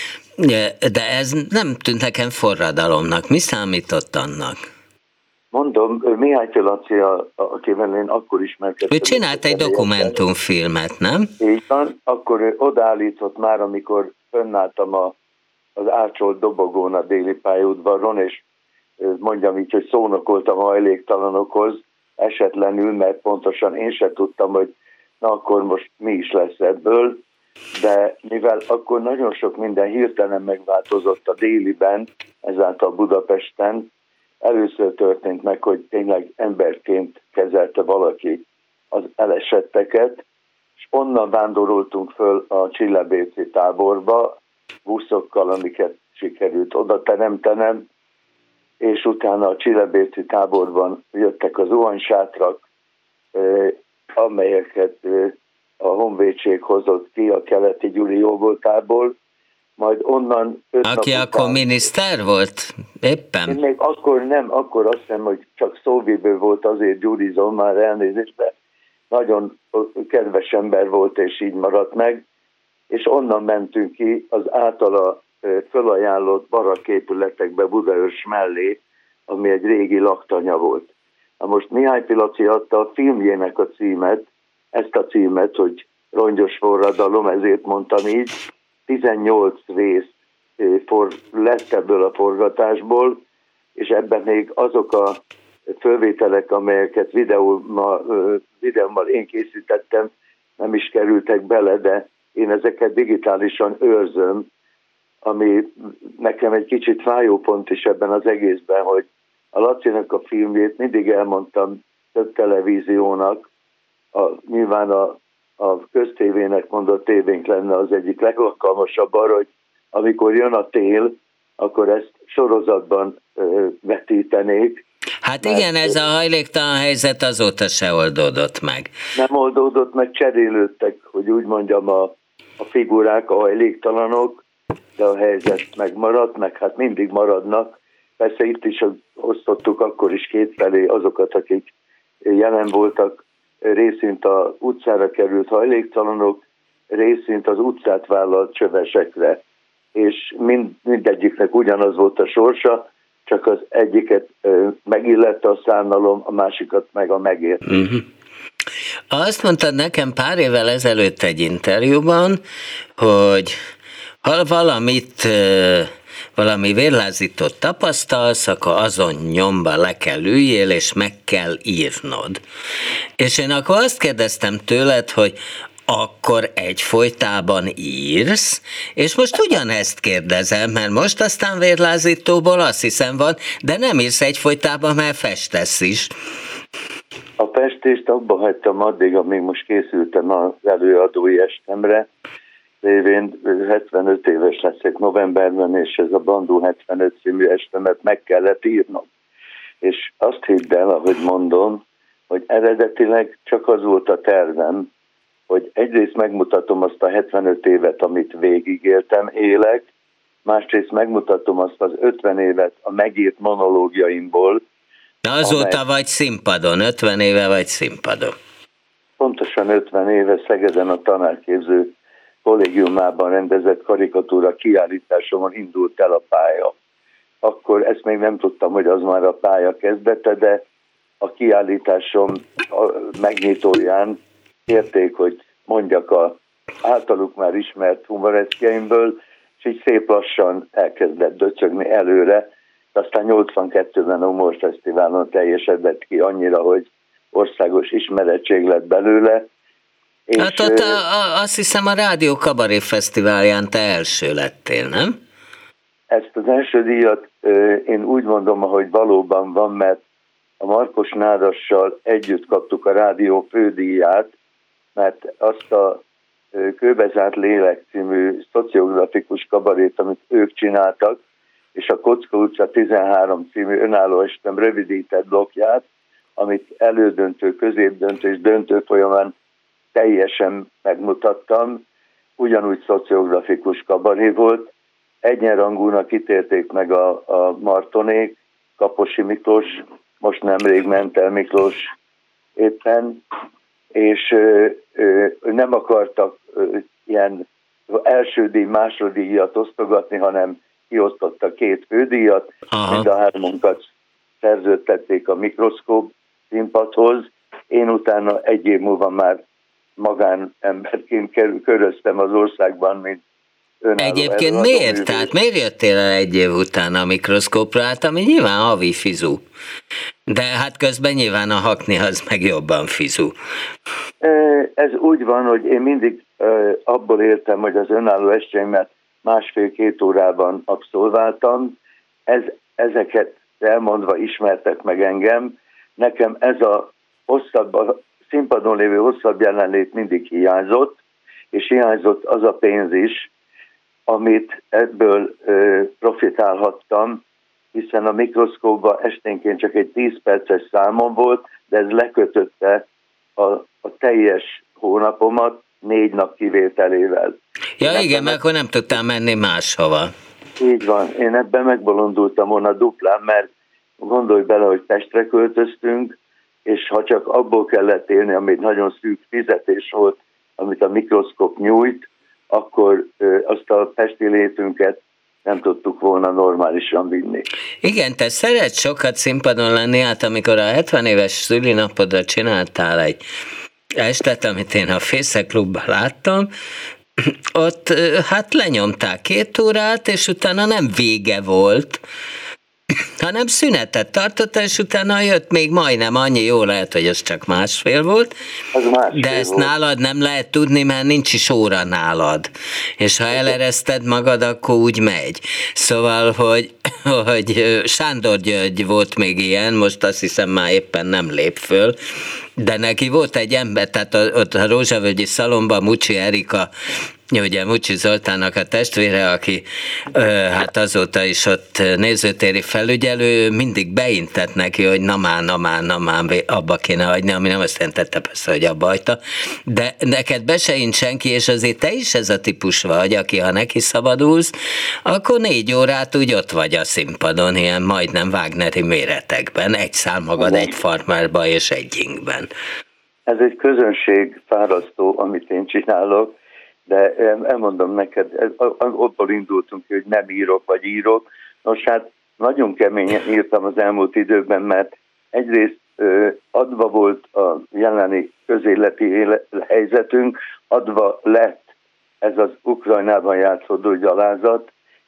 De ez nem tűnt nekem forradalomnak. Mi számított annak? Mondom, Mihály Laci, akivel én akkor ismerkedtem. Ő csinált egy dokumentumfilmet, nem? Így van, akkor ő odaállított már, amikor fönnálltam a, az ácsolt dobogón a déli pályaudvaron, és mondjam így, hogy szónokoltam a hajléktalanokhoz, esetlenül, mert pontosan én sem tudtam, hogy na akkor most mi is lesz ebből, de mivel akkor nagyon sok minden hirtelen megváltozott a déliben, ezáltal Budapesten, először történt meg, hogy tényleg emberként kezelte valaki az elesetteket, és onnan vándoroltunk föl a Csillebérci táborba, buszokkal, amiket sikerült oda teremtenem, és utána a Csillebérci táborban jöttek az zuhanysátrak, amelyeket a honvédség hozott ki a keleti Gyuri jóvoltából, majd onnan... Aki akkor után, miniszter volt? Éppen? Én még akkor nem, akkor azt hiszem, hogy csak szóvívő volt, azért gyurizom már elnézést, de nagyon kedves ember volt, és így maradt meg, és onnan mentünk ki az általa fölajánlott barakképületekbe Budaörs mellé, ami egy régi laktanya volt. Na most Mihály Laci adta a filmjének a címet, ezt a címet, hogy Rongyos forradalom, ezért mondtam így, tizennyolc rész for, lett ebből a forgatásból, és ebben még azok a fölvételek, amelyeket videómmal, videómmal én készítettem, nem is kerültek bele, de én ezeket digitálisan őrzöm, ami nekem egy kicsit fájó pont is ebben az egészben, hogy a Lacinak a filmjét mindig elmondtam több televíziónak, a, nyilván a a köztévének mondott tévénk lenne az egyik legalkalmasabb arra, hogy amikor jön a tél, akkor ezt sorozatban ö, vetítenék. Hát igen, ez a hajléktalan helyzet azóta se oldódott meg. Nem oldódott meg, cserélődtek, hogy úgy mondjam, a, a figurák, a hajléktalanok, de a helyzet megmaradt, meg hát mindig maradnak. Persze itt is osztottuk akkor is kétfelé azokat, akik jelen voltak, részint az utcára került hajléktalanok, részint az utcát vállalt csövesekre. És mind, mindegyiknek ugyanaz volt a sorsa, csak az egyiket megillette a szánalom, a másikat meg a megért. Uh-huh. Azt mondtad nekem pár évvel ezelőtt egy interjúban, hogy ha valamit valami vérlázítót tapasztalsz, akkor azon nyomba le kell üljél, és meg kell írnod. És én akkor azt kérdeztem tőled, hogy akkor egyfolytában írsz, és most ugyanezt kérdezem, mert most aztán vérlázítóból azt hiszem van, de nem írsz egyfolytában, mert festesz is. A festést abba hagytam addig, amíg most készültem az előadói estemre. Évén hetvenöt éves leszek novemberben, és ez a Bandó hetvenöt című estemet meg kellett írnom. És azt hidd el, ahogy mondom, hogy eredetileg csak az volt a tervem, hogy egyrészt megmutatom azt a hetvenöt évet, amit végigéltem, élek, másrészt megmutatom azt az ötven évet a megírt monológiaimból. Na azóta amely... vagy színpadon, ötven éve vagy színpadon. Pontosan ötven éve Szegeden a tanárképző kollégiumában rendezett karikatúra kiállításomon indult el a pálya. Akkor ezt még nem tudtam, hogy az már a pálya kezdete, de a kiállításom megnyitóján kérték, hogy mondjak a általuk már ismert humoreszkjeimből, és így szép lassan elkezdett döcögni előre, de aztán nyolcvankettőben a Humorfesztiválon teljesedett ki annyira, hogy országos ismerettség lett belőle. Hát ott a, a, azt hiszem a Rádió Kabaré Fesztiválján te első lettél, nem? Ezt az első díjat én úgy mondom, hogy valóban van, mert a Markos Nádassal együtt kaptuk a rádió fődíját, mert azt a Kőbezárt lélek című szociografikus kabarét, amit ők csináltak, és a Kocka utca tizenhárom című önálló estem rövidített blokkját, amit elődöntő, középdöntő és döntő folyamán teljesen megmutattam, ugyanúgy szociografikus kabaré volt. Egyenrangúnak ítélték meg a, a Martonék, Kaposi Miklós, most nemrég ment el Miklós éppen, és ö, ö, nem akartak ö, ilyen első díj, második díjat osztogatni, hanem kiosztotta két fődíjat, mind a hármunkat szerződtették a Mikroszkóp színpadhoz. Én utána egy év múlva már magánemberként köröztem az országban, mint önálló. Egyébként miért? Tehát miért jöttél el egy év után a Mikroszkópra, hát ami nyilván havi fizu. De hát közben nyilván a hakni az meg jobban fizu. Ez úgy van, hogy én mindig abból éltem, hogy az önálló estjeimet másfél-két órában abszolváltam. Ez, ezeket elmondva ismertek meg engem. Nekem ez a hosszabb, a színpadon lévő hosszabb jelenlét mindig hiányzott, és hiányzott az a pénz is, amit ebből ö, profitálhattam, hiszen a Mikroszkópban esténként csak egy tíz perces számom volt, de ez lekötötte a, a teljes hónapomat négy nap kivételével. Ja én igen, mert akkor nem tudtál menni máshova. Így van, én ebben megbolondultam volna duplán, mert gondolj bele, hogy Pestre költöztünk, és ha csak abból kellett élni, amit nagyon szűk fizetés volt, amit a Mikroszkóp nyújt, akkor ö, azt a pesti létünket nem tudtuk volna normálisan vinni. Igen, te szeretsz sokat színpadon lenni, hát amikor a hetven éves szülinapodra csináltál egy estet, amit én a Fészek Klubban láttam, ott hát lenyomták két órát, és utána nem vége volt, hanem szünetet tartott, és utána jött még majdnem annyi, jó lehet, hogy ez csak másfél volt, másfél de ezt volt. Nálad nem lehet tudni, mert nincs is óra nálad, és ha elereszted magad, akkor úgy megy. Szóval, hogy, hogy Sándor György volt még ilyen, most azt hiszem már éppen nem lép föl, de neki volt egy ember, tehát ott a Rózsavölgyi Szalonban Mucsi Erika, ugye Mucsi Zoltánnak a testvére, aki ö, hát azóta is ott nézőtéri felügyelő, mindig beintett neki, hogy na már, na már, na már, abba kéne hagyni, ami nem azt jelentette persze, hogy abba hagyta, de neked be se int senki, és azért te is ez a típus vagy, aki ha neki szabadulsz, akkor négy órát úgy ott vagy a színpadon, ilyen majdnem Wagneri méretekben, egy szál magad, egy farmerba és egy ingben. Ez egy közönség fárasztó, amit én csinálok, de elmondom neked, abból indultunk ki, hogy nem írok, vagy írok. Nos, hát nagyon keményen írtam az elmúlt időben, mert egyrészt adva volt a jelenlegi közéleti helyzetünk, adva lett ez az Ukrajnában játszódó gyalázat,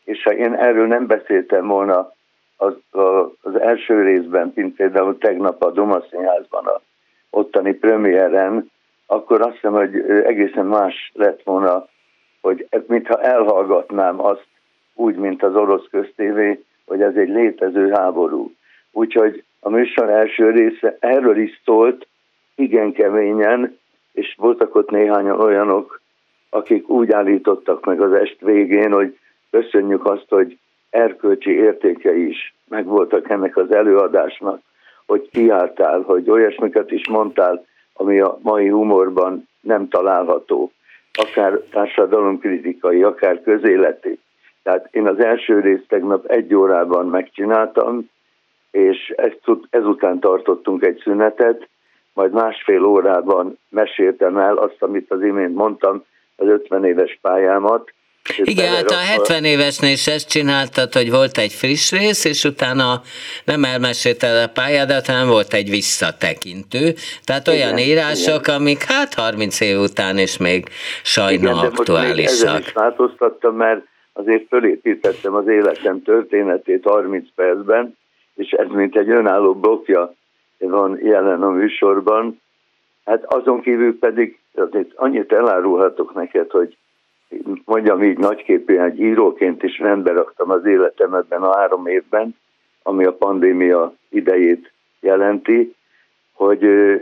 és ha én erről nem beszéltem volna az, az első részben, mint például tegnap a Duma Színházban a ottani premiéren, akkor azt hiszem, hogy egészen más lett volna, hogy mintha elhallgatnám azt úgy, mint az orosz köztévé, hogy ez egy létező háború. Úgyhogy a műsor első része erről is szólt, igen keményen, és voltak ott néhányan olyanok, akik úgy állítottak meg az est végén, hogy köszönjük azt, hogy erkölcsi értékei is megvoltak ennek az előadásnak, hogy kiálltál, hogy olyasmiket is mondtál, ami a mai humorban nem található, akár társadalomkritikai, akár közéleti. Tehát én az első részt tegnap egy órában megcsináltam, és ezután tartottunk egy szünetet, majd másfél órában meséltem el azt, amit az imént mondtam, az ötven éves pályámat. Igen, hát a hetven évesnél is ezt csináltad, hogy volt egy friss rész, és utána nem elmesélted a pályádat, hanem volt egy visszatekintő. Tehát olyan igen, írások, igen. amik hát harminc év után is még sajna igen, aktuálisak. Ezen is változtattam, mert azért fölépítettem az életem történetét harminc percben, és ez mint egy önálló blokkja van jelen a műsorban. Hát azon kívül pedig azért annyit elárulhatok neked, hogy mondjam így nagyképűen, egy íróként is rendbe raktam az életem ebben a három évben, ami a pandémia idejét jelenti, hogy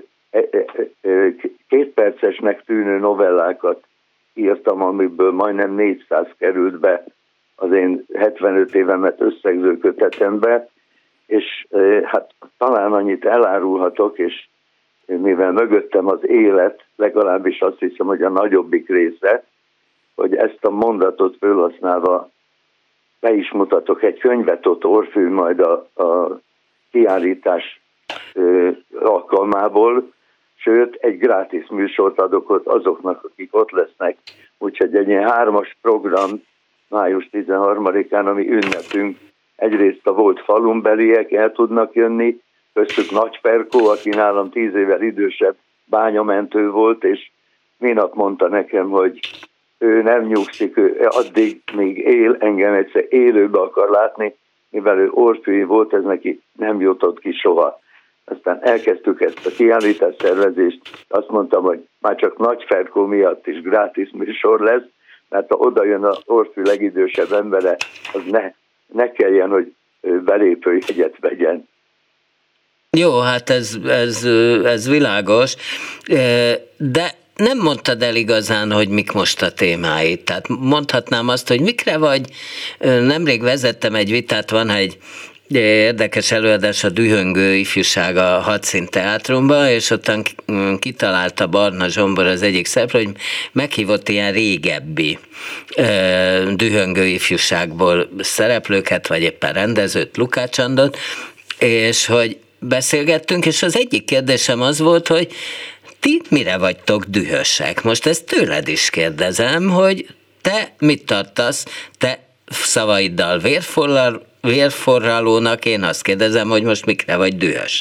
kétpercesnek tűnő novellákat írtam, amiből majdnem négyszáz került be az én hetvenöt évemet összegző kötetembe, és hát talán annyit elárulhatok, és mivel mögöttem az élet, legalábbis azt hiszem, hogy a nagyobbik része, hogy ezt a mondatot felhasználva be is mutatok egy könyvet ott Orfű majd a, a kiállítás ö, alkalmából, sőt egy grátis műsort adok ott azoknak, akik ott lesznek, úgyhogy egy ilyen hármas program május tizenharmadikán, ami ünnepünk, egyrészt a volt falumbeliek el tudnak jönni, köztük Nagy Ferkó, aki nálam tíz évvel idősebb bányamentő volt, és minap mondta nekem, hogy ő nem nyugszik, ő addig még él, engem egyszer élőbe akar látni, mivel ő orfűi volt, ez neki nem jutott ki soha. Aztán elkezdtük ezt a kiállítás szervezést, azt mondtam, hogy már csak Nagy Ferkó miatt is grátis műsor lesz, mert ha oda jön az Orfű legidősebb embere, az ne, ne kelljen, hogy belépőjegyet vegyen. Jó, hát ez, ez, ez világos, de nem mondtad el igazán, hogy mik most a témáid. Tehát mondhatnám azt, hogy mikre vagy. Nemrég vezettem egy vitát, van egy érdekes előadás, a Dühöngő ifjúság a Hadszín Teátrumban, és ottan kitalálta Barna Zsombor az egyik szereplő, hogy meghívott ilyen régebbi Dühöngő ifjúságból szereplőket, vagy éppen rendezőt, Lukács Andot, és hogy beszélgettünk, és az egyik kérdésem az volt, hogy ti mire vagytok dühösek? Most ezt tőled is kérdezem, hogy te mit tartasz, te szavaiddal vérforral, vérforralónak, én azt kérdezem, hogy most mikre vagy dühös?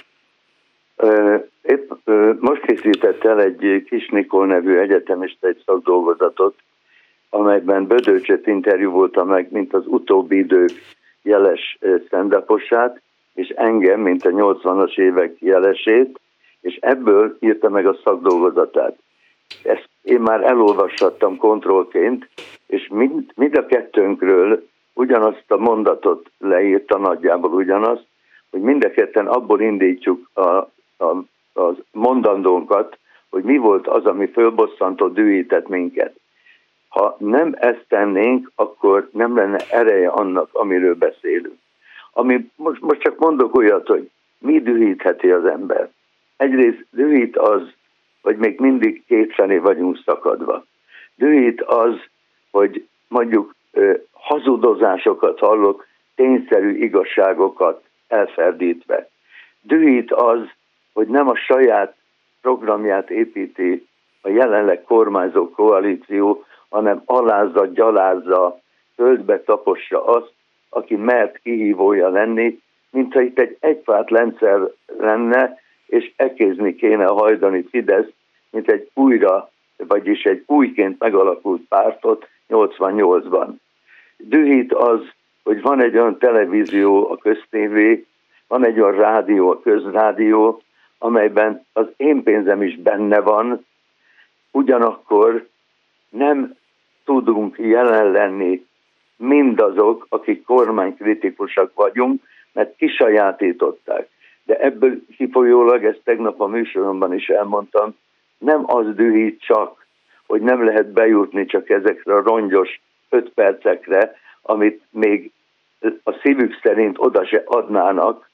Épp most készített el egy Kis Nikol nevű egyetemista egy szakdolgozatot, amelyben Bödöcsöt interjú voltam meg, mint az utóbbi idők jeles stand-uposát, és engem, mint a nyolcvanas évek jelesét, és ebből írta meg a szakdolgozatát. Ezt én már elolvashattam kontrollként, és mind, mind a kettőnkről ugyanazt a mondatot leírta, nagyjából ugyanazt, hogy mind a ketten abból indítjuk a, a, a mondandónkat, hogy mi volt az, ami fölbosszantott, dühített minket. Ha nem ezt tennénk, akkor nem lenne ereje annak, amiről beszélünk. Ami, most, most csak mondok olyat, hogy mi dühítheti az ember. Egyrészt dühít az, hogy még mindig kétfelé vagyunk szakadva. Dühít az, hogy mondjuk hazudozásokat hallok, tényszerű igazságokat elferdítve. Dühít az, hogy nem a saját programját építi a jelenleg kormányzó koalíció, hanem alázza, gyalázza, földbe tapossa azt, aki mert kihívója lenni, mintha itt egy egyfát rendszer lenne, és ekézni kéne a hajdani Fidesz, mint egy újra, vagyis egy újként megalakult pártot nyolcvannyolcban. dühít az, hogy van egy olyan televízió, a köztévé, van egy olyan rádió, a közrádió, amelyben az én pénzem is benne van, ugyanakkor nem tudunk jelen lenni mindazok, akik kormánykritikusak vagyunk, mert kisajátították. De ebből kifolyólag, ezt tegnap a műsoromban is elmondtam, nem az dühít csak, hogy nem lehet bejutni csak ezekre a rongyos öt percekre, amit még a szívük szerint oda se adnának,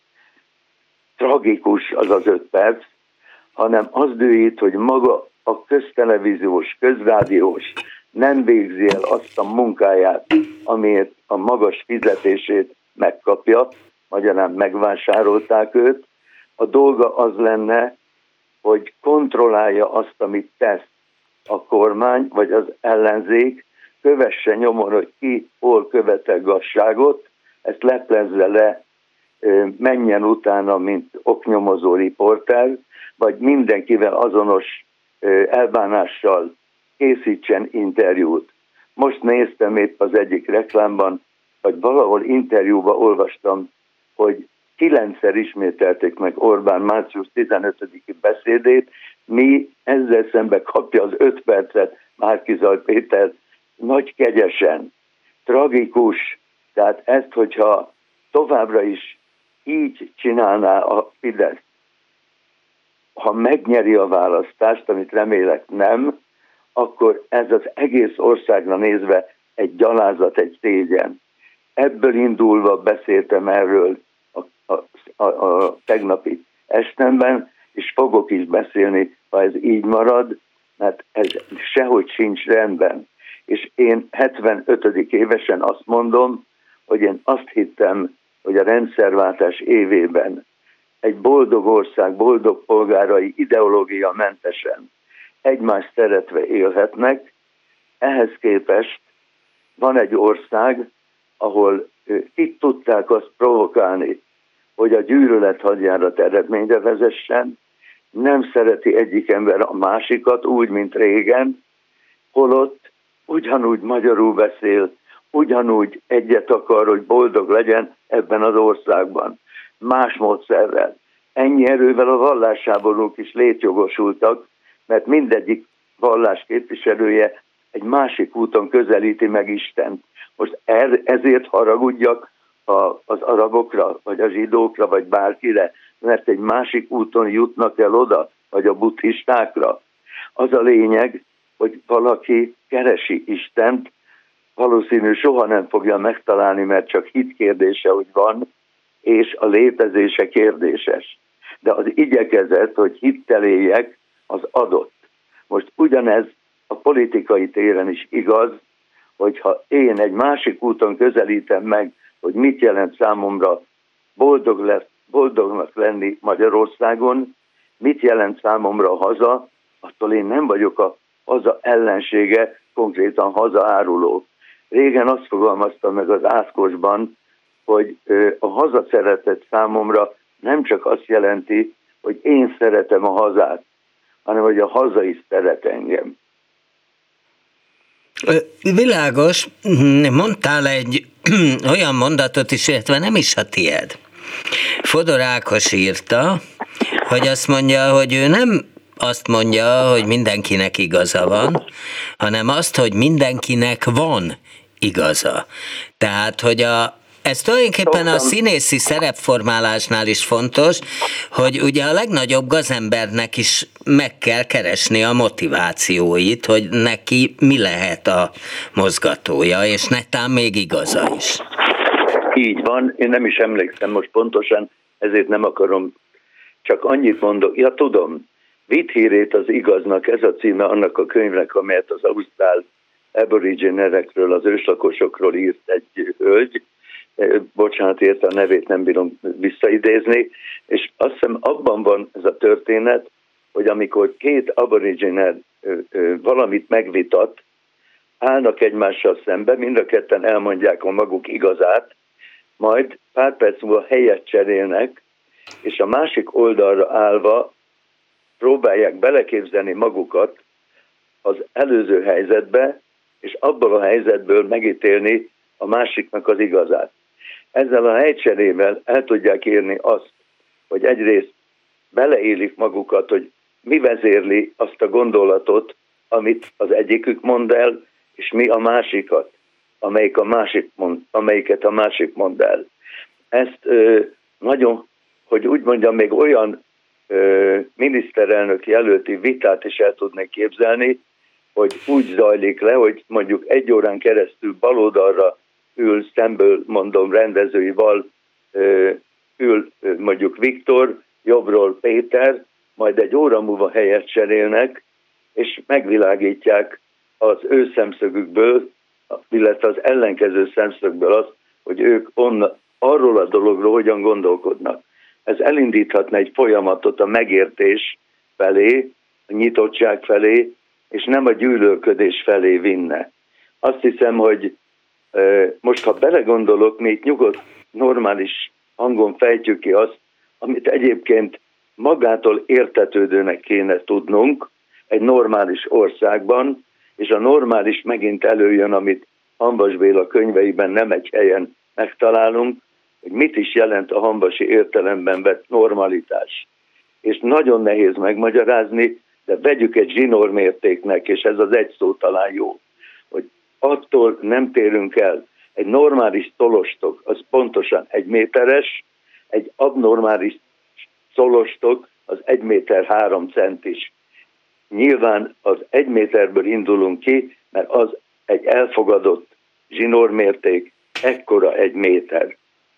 tragikus az az öt perc, hanem az dühít, hogy maga a köztelevíziós, közrádiós nem végzi el azt a munkáját, amiért a magas fizetését megkapja, magyarán megvásárolták őt. A dolga az lenne, hogy kontrollálja azt, amit tesz a kormány, vagy az ellenzék, kövesse nyomon, hogy ki hol követel gazságot, ezt leplezze le, menjen utána, mint oknyomozó riporter, vagy mindenkivel azonos elbánással készítsen interjút. Most néztem épp az egyik reklámban, vagy valahol interjúban olvastam, hogy kilencszer ismételték meg Orbán március tizenötödiki beszédét, mi ezzel szembe kapja az öt percet Márki-Zay Péter nagy kegyesen, tragikus, tehát ezt, hogyha továbbra is így csinálná a Fidesz, ha megnyeri a választást, amit remélek nem, akkor ez az egész országra nézve egy gyalázat, egy szégyen. Ebből indulva beszéltem erről a, a, a, a tegnapi estemben, és fogok is beszélni, ha ez így marad, mert ez sehogy sincs rendben. És én hetvenötödik évesen azt mondom, hogy én azt hittem, hogy a rendszerváltás évében egy boldog ország, boldog polgárai ideológia mentesen egymást szeretve élhetnek. Ehhez képest van egy ország, ahol itt tudták azt provokálni, hogy a gyűlölet hadjárat eredményre vezessen, nem szereti egyik ember a másikat úgy, mint régen, holott ugyanúgy magyarul beszél, ugyanúgy egyet akar, hogy boldog legyen ebben az országban. Más módszerrel. Ennyi erővel a vallásháborúk is létjogosultak, mert mindegyik vallás képviselője egy másik úton közelíti meg Istent. Most ezért haragudjak az arabokra, vagy a zsidókra, vagy bárkire, mert egy másik úton jutnak el oda, vagy a buddhistákra. Az a lényeg, hogy valaki keresi Istent, valószínű soha nem fogja megtalálni, mert csak hit kérdése, hogy van, és a létezése kérdéses. De az igyekezet, hogy hittel éljek, az adott. Most ugyanez a politikai téren is igaz, hogyha én egy másik úton közelítem meg, hogy mit jelent számomra boldog lesz, boldognak lenni Magyarországon, mit jelent számomra a haza, attól én nem vagyok a haza ellensége, konkrétan hazaáruló. Régen azt fogalmaztam meg az Ászkosban, hogy a hazaszeretet számomra nem csak azt jelenti, hogy én szeretem a hazát, hanem hogy a haza is szeret engem. Világos, mondtál egy olyan mondatot is, illetve nem is a tied. Fodor Ákos írta, hogy azt mondja, hogy ő nem azt mondja, hogy mindenkinek igaza van, hanem azt, hogy mindenkinek van igaza. Tehát, hogy a ez tulajdonképpen a színészi szerepformálásnál is fontos, hogy ugye a legnagyobb gazembernek is meg kell keresni a motivációit, hogy neki mi lehet a mozgatója, és netán még igaza is. Így van, én nem is emlékszem most pontosan, ezért nem akarom, csak annyit mondok, ja tudom, Vitt hírét az igaznak, ez a címe annak a könyvnek, amelyet az ausztrál aboriginerekről, az őslakosokról írt egy hölgy, bocsánat, érte a nevét nem bírom visszaidézni, és azt hiszem abban van ez a történet, hogy amikor két aboriginer valamit megvitat, állnak egymással szembe, mind a ketten elmondják a maguk igazát, majd pár perc múlva helyet cserélnek, és a másik oldalra állva próbálják beleképzelni magukat az előző helyzetbe, és abból a helyzetből megítélni a másiknak az igazát. Ezzel a helycserével el tudják érni azt, hogy egyrészt beleélik magukat, hogy mi vezérli azt a gondolatot, amit az egyikük mond el, és mi a másikat, amelyik a másik mond, amelyiket a másik mond el. Ezt ö, nagyon, hogy úgy mondjam, még olyan ö, miniszterelnök jelölti vitát is el tudnék képzelni, hogy úgy zajlik le, hogy mondjuk egy órán keresztül baloldalra ül, szemből mondom rendezői val, ö, ül ö, mondjuk Viktor, jobbról Péter, majd egy óra múlva helyet cserélnek, és megvilágítják az ő szemszögükből, illetve az ellenkező szemszögből azt, hogy ők onna, arról a dologról hogyan gondolkodnak. Ez elindíthatna egy folyamatot a megértés felé, a nyitottság felé, és nem a gyűlölködés felé vinne. Azt hiszem, hogy e, most ha belegondolok, mi itt nyugodt, normális hangon fejtjük ki azt, amit egyébként magától értetődőnek kéne tudnunk egy normális országban, és a normális megint előjön, amit Hamvas Béla könyveiben nem egy helyen megtalálunk, hogy mit is jelent a hamvasi értelemben vett normalitás. És nagyon nehéz megmagyarázni, de vegyük egy zsinórmértéknek, és ez az egy szó talán jó, hogy attól nem térünk el. Egy normális szolostok, az pontosan egy méteres, egy abnormális szolostok, az egy méter három centis. Nyilván az egy méterből indulunk ki, mert az egy elfogadott zsinórmérték, ekkora egy méter.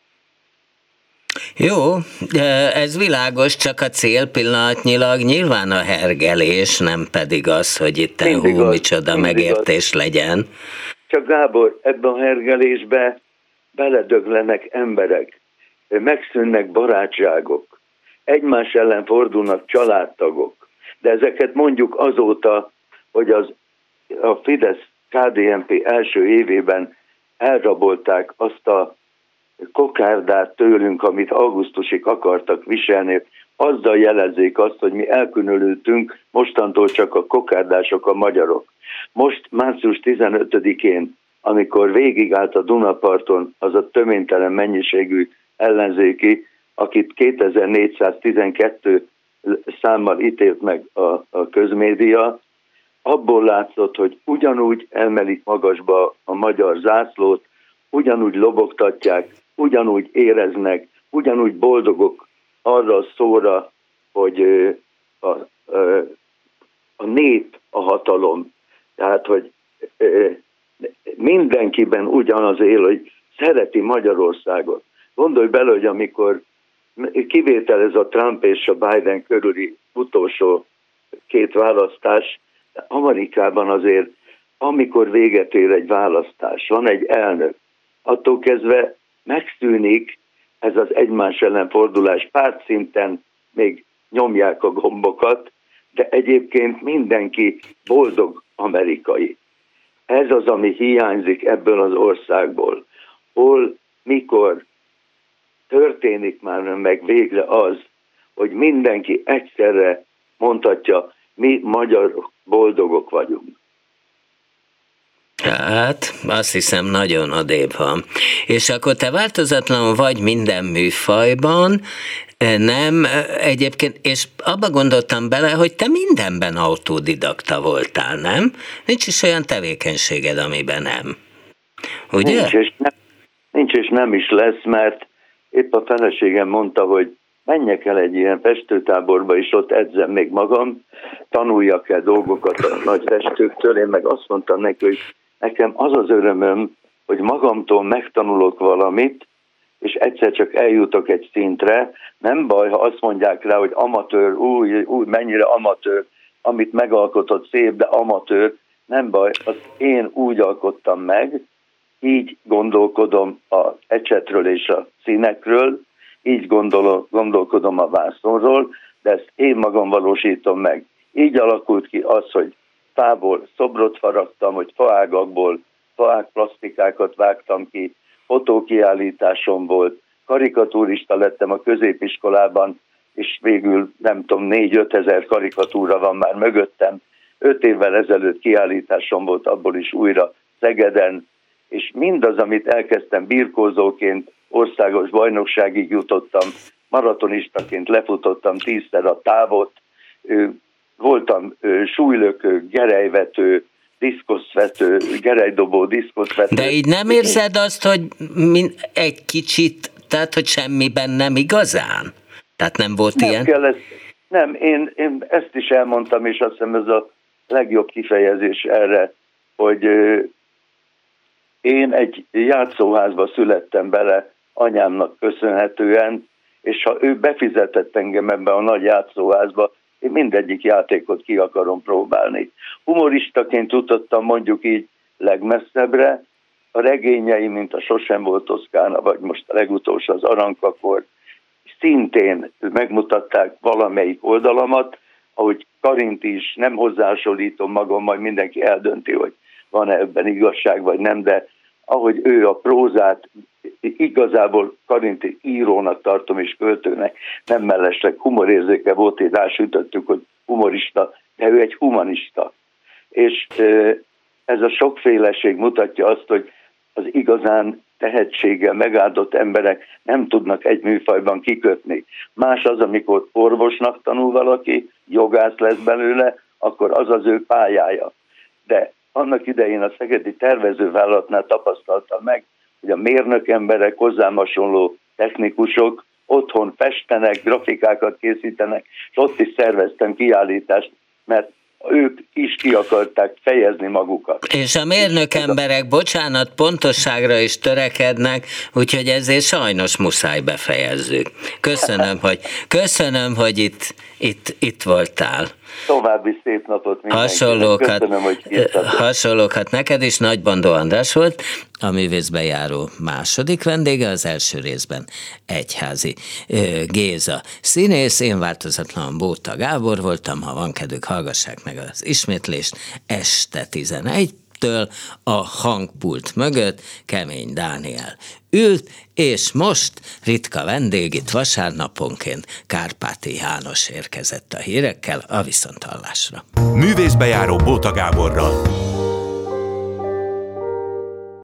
Jó, ez világos, csak a cél pillanatnyilag nyilván a hergelés, nem pedig az, hogy itt hú, micsoda megértés az legyen. Csak Gábor, ebben a hergelésbe beledöglenek emberek, megszűnnek barátságok, egymás ellen fordulnak családtagok, de ezeket mondjuk azóta, hogy az, a Fidesz ká dé en pé első évében elrabolták azt a kokárdát tőlünk, amit augusztusig akartak viselni, azzal jelezzék azt, hogy mi elkülönültünk, mostantól csak a kokárdások a magyarok. Most március tizenötödikén, amikor végigállt a Dunaparton az a töménytelen mennyiségű ellenzéki, akit kétezer-négyszáztizenkettő számmal ítélt meg a, a közmédia, abból látszott, hogy ugyanúgy emelik magasba a magyar zászlót, ugyanúgy lobogtatják, ugyanúgy éreznek, ugyanúgy boldogok arra a szóra, hogy a, a, a nép a hatalom. Tehát, hogy mindenkiben ugyanaz él, hogy szereti Magyarországot. Gondolj bele, hogy amikor kivétel ez a Trump és a Biden körüli utolsó két választás, Amerikában azért, amikor véget ér egy választás, van egy elnök, attól kezdve megszűnik ez az egymás ellen fordulás. Pártszinten még nyomják a gombokat, de egyébként mindenki boldog amerikai. Ez az, ami hiányzik ebből az országból. Hol, mikor történik már meg végre az, hogy mindenki egyszerre mondhatja, mi magyarok boldogok vagyunk. Hát, azt hiszem, nagyon odébb van. És akkor te változatlanul vagy minden műfajban, nem, egyébként, és abba gondoltam bele, hogy te mindenben autodidakta voltál, nem? Nincs is olyan tevékenységed, amiben nem. Ugye? Nincs és nem, nincs és nem is lesz, mert épp a feleségem mondta, hogy menjek el egy ilyen festőtáborba, és ott edzem még magam, tanuljak el dolgokat a nagy festőktől. Én meg azt mondtam neki, hogy nekem az az örömöm, hogy magamtól megtanulok valamit, és egyszer csak eljutok egy szintre. Nem baj, ha azt mondják rá, hogy amatőr, új, új, mennyire amatőr, amit megalkotott szép, de amatőr. Nem baj, azt én úgy alkottam meg, így gondolkodom az ecsetről és a színekről, így gondol, gondolkodom a vászonról, de ezt én magam valósítom meg. Így alakult ki az, hogy fából szobrot faragtam, hogy faágakból faák plastikákat vágtam ki, fotókiállításom volt, karikatúrista lettem a középiskolában, és végül nem tudom, négy-öt ezer karikatúra van már mögöttem. Öt évvel ezelőtt kiállításom volt abból is újra Szegeden, és mindaz, amit elkezdtem birkózóként, országos bajnokságig jutottam, maratonistaként lefutottam tízszer a távot, voltam súlylökő, gerelyvető, diszkoszvető, gerelydobó, diszkoszvető. De így nem érzed azt, hogy egy kicsit, tehát hogy semmiben nem igazán? Tehát nem volt nem ilyen? Kell ezt, nem, én, én ezt is elmondtam, és azt hiszem ez a legjobb kifejezés erre, hogy én egy játszóházba születtem bele anyámnak köszönhetően, és ha ő befizetett engem ebbe a nagy játszóházba, én mindegyik játékot ki akarom próbálni. Humoristaként jutottam mondjuk így legmesszebbre, a regényei, mint a Sosem volt Toszkána, vagy most a legutolsó az Aranykakor, szintén megmutatták valamelyik oldalamat, ahogy Karint is, nem hozzásolítom magam, majd mindenki eldönti, hogy van-e ebben igazság, vagy nem, de ahogy ő a prózát, igazából Karinti írónak tartom és költőnek, nem mellesleg humorérzéke volt, és rásütöttük, hogy humorista, de ő egy humanista. És ez a sokféleség mutatja azt, hogy az igazán tehetséggel megáldott emberek nem tudnak egy műfajban kikötni. Más az, amikor orvosnak tanul valaki, jogász lesz belőle, akkor az az ő pályája. De annak idején a szegedi tervezővállalatnál tapasztaltam meg, hogy a mérnök emberek, hozzám hasonló technikusok otthon festenek, grafikákat készítenek, és ott is szerveztem kiállítást, mert ők is ki akarták fejezni magukat. És a mérnök emberek, bocsánat, pontosságra is törekednek, úgyhogy ezért sajnos muszáj befejezzük. Köszönöm, hogy, köszönöm, hogy itt, itt, itt voltál. További szép napot mindenkinek. Hasonlókat, Köszönöm, hogy hívtatok. hasonlókat neked is. Nagy Bandó András volt, a művészbejáró második vendége, az első részben Egyházi Géza színész, én változatlan Bóta Gábor voltam, ha van kedvük, hallgassák meg az ismétlést este tizenegytől a hangpult mögött Kemény Dániel ült, és most ritka vendég itt vasárnaponként Kárpáti János érkezett a hírekkel, a viszonthallásra. Művészbejáró Bóta Gáborral.